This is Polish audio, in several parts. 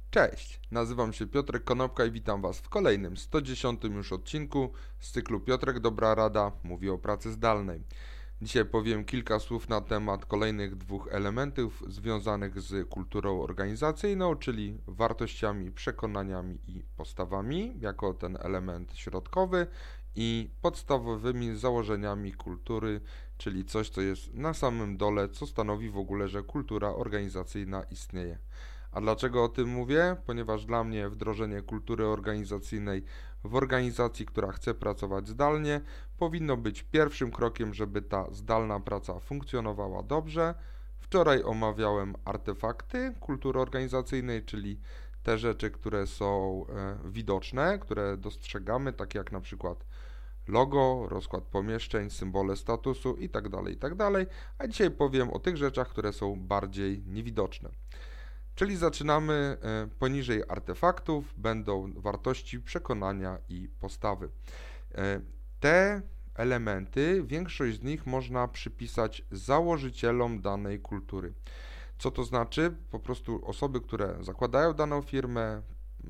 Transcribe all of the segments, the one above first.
Cześć, nazywam się Piotrek Konopka i witam Was w kolejnym 110 już odcinku z cyklu Piotrek Dobra Rada mówi o pracy zdalnej. Dzisiaj powiem kilka słów na temat kolejnych dwóch elementów związanych z kulturą organizacyjną, czyli wartościami, przekonaniami i postawami, jako ten element środkowy i podstawowymi założeniami kultury, czyli coś, co jest na samym dole, co stanowi w ogóle, że kultura organizacyjna istnieje. A dlaczego o tym mówię? Ponieważ dla mnie wdrożenie kultury organizacyjnej w organizacji, która chce pracować zdalnie, powinno być pierwszym krokiem, żeby ta zdalna praca funkcjonowała dobrze. Wczoraj omawiałem artefakty kultury organizacyjnej, czyli te rzeczy, które są widoczne, które dostrzegamy, takie jak na przykład logo, rozkład pomieszczeń, symbole statusu itd., itd. A dzisiaj powiem o tych rzeczach, które są bardziej niewidoczne. Czyli zaczynamy poniżej artefaktów, będą wartości, przekonania i postawy. Te elementy, większość z nich można przypisać założycielom danej kultury. Co to znaczy? Po prostu osoby, które zakładają daną firmę,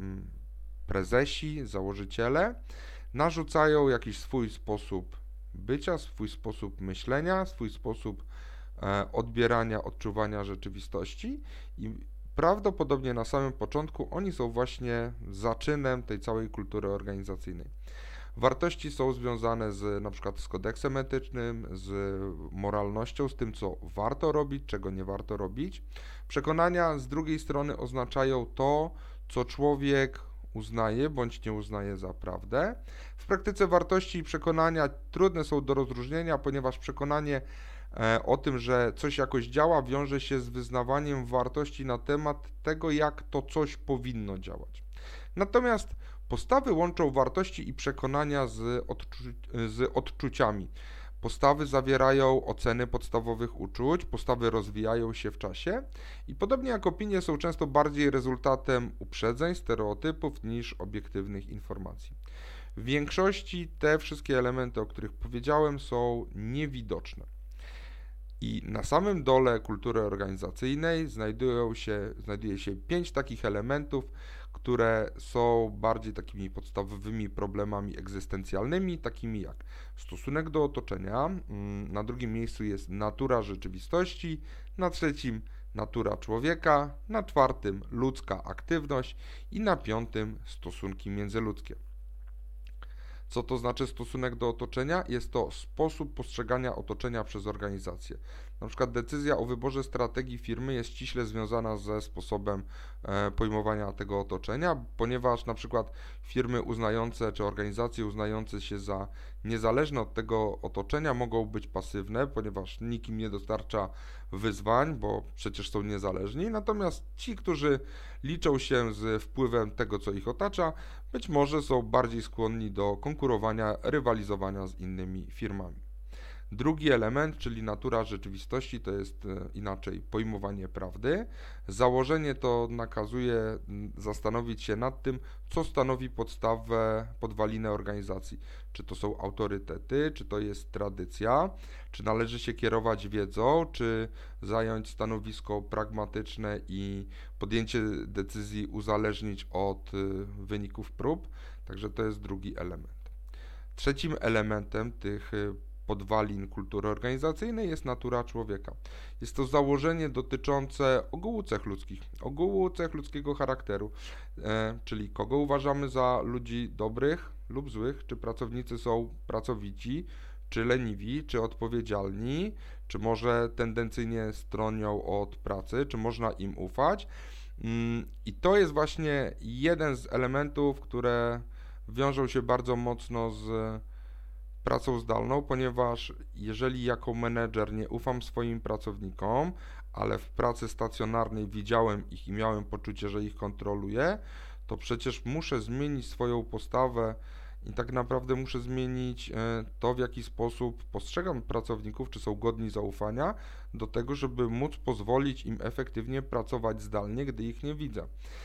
prezesi, założyciele, narzucają jakiś swój sposób bycia, swój sposób myślenia, swój sposób odbierania, odczuwania rzeczywistości i prawdopodobnie na samym początku oni są właśnie zaczynem tej całej kultury organizacyjnej. Wartości są związane na przykład z kodeksem etycznym, z moralnością, z tym, co warto robić, czego nie warto robić. Przekonania z drugiej strony oznaczają to, co człowiek uznaje bądź nie uznaje za prawdę. W praktyce wartości i przekonania trudne są do rozróżnienia, ponieważ przekonanie o tym, że coś jakoś działa, wiąże się z wyznawaniem wartości na temat tego, jak to coś powinno działać. Natomiast postawy łączą wartości i przekonania z odczuciami. Postawy zawierają oceny podstawowych uczuć, postawy rozwijają się w czasie i podobnie jak opinie są często bardziej rezultatem uprzedzeń, stereotypów niż obiektywnych informacji. W większości te wszystkie elementy, o których powiedziałem, są niewidoczne. I na samym dole kultury organizacyjnej znajduje się 5 takich elementów, które są bardziej takimi podstawowymi problemami egzystencjalnymi, takimi jak stosunek do otoczenia, na drugim miejscu jest natura rzeczywistości, na trzecim natura człowieka, na czwartym ludzka aktywność i na piątym stosunki międzyludzkie. Co to znaczy stosunek do otoczenia? Jest to sposób postrzegania otoczenia przez organizację. Na przykład decyzja o wyborze strategii firmy jest ściśle związana ze sposobem pojmowania tego otoczenia, ponieważ na przykład firmy uznające czy organizacje uznające się za niezależne od tego otoczenia mogą być pasywne, ponieważ nikt im nie dostarcza wyzwań, bo przecież są niezależni, natomiast ci, którzy liczą się z wpływem tego, co ich otacza, być może są bardziej skłonni do konkurowania, rywalizowania z innymi firmami. Drugi element, czyli natura rzeczywistości, to jest inaczej pojmowanie prawdy. Założenie to nakazuje zastanowić się nad tym, co stanowi podwalinę organizacji. Czy to są autorytety, czy to jest tradycja, czy należy się kierować wiedzą, czy zająć stanowisko pragmatyczne i podjęcie decyzji uzależnić od wyników prób. Także to jest drugi element. Trzecim elementem tych podwalin kultury organizacyjnej jest natura człowieka. Jest to założenie dotyczące ogółu cech ludzkiego charakteru, czyli kogo uważamy za ludzi dobrych lub złych, czy pracownicy są pracowici, czy leniwi, czy odpowiedzialni, czy może tendencyjnie stronią od pracy, czy można im ufać. I to jest właśnie jeden z elementów, które wiążą się bardzo mocno z pracą zdalną, ponieważ jeżeli jako menedżer nie ufam swoim pracownikom, ale w pracy stacjonarnej widziałem ich i miałem poczucie, że ich kontroluję, to przecież muszę zmienić swoją postawę i tak naprawdę muszę zmienić to, w jaki sposób postrzegam pracowników, czy są godni zaufania, do tego, żeby móc pozwolić im efektywnie pracować zdalnie, gdy ich nie widzę.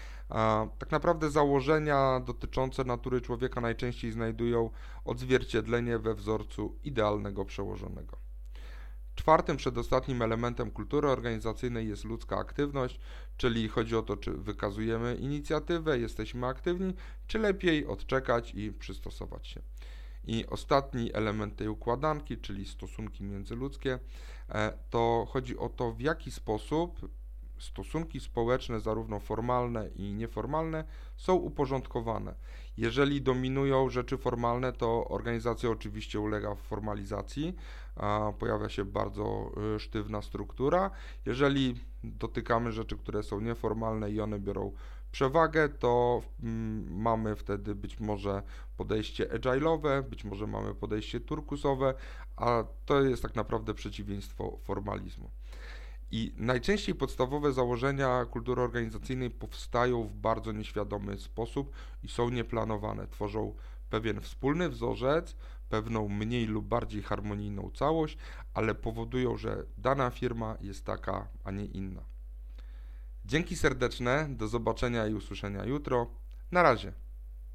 Tak naprawdę założenia dotyczące natury człowieka najczęściej znajdują odzwierciedlenie we wzorcu idealnego przełożonego. Czwartym, przedostatnim elementem kultury organizacyjnej jest ludzka aktywność, czyli chodzi o to, czy wykazujemy inicjatywę, jesteśmy aktywni, czy lepiej odczekać i przystosować się. I ostatni element tej układanki, czyli stosunki międzyludzkie, to chodzi o to, w jaki sposób stosunki społeczne, zarówno formalne i nieformalne, są uporządkowane. Jeżeli dominują rzeczy formalne, to organizacja oczywiście ulega formalizacji, pojawia się bardzo sztywna struktura. Jeżeli dotykamy rzeczy, które są nieformalne i one biorą przewagę, to mamy wtedy być może podejście agile'owe, być może mamy podejście turkusowe, a to jest tak naprawdę przeciwieństwo formalizmu. I najczęściej podstawowe założenia kultury organizacyjnej powstają w bardzo nieświadomy sposób i są nieplanowane. Tworzą pewien wspólny wzorzec, pewną mniej lub bardziej harmonijną całość, ale powodują, że dana firma jest taka, a nie inna. Dzięki serdeczne, do zobaczenia i usłyszenia jutro. Na razie.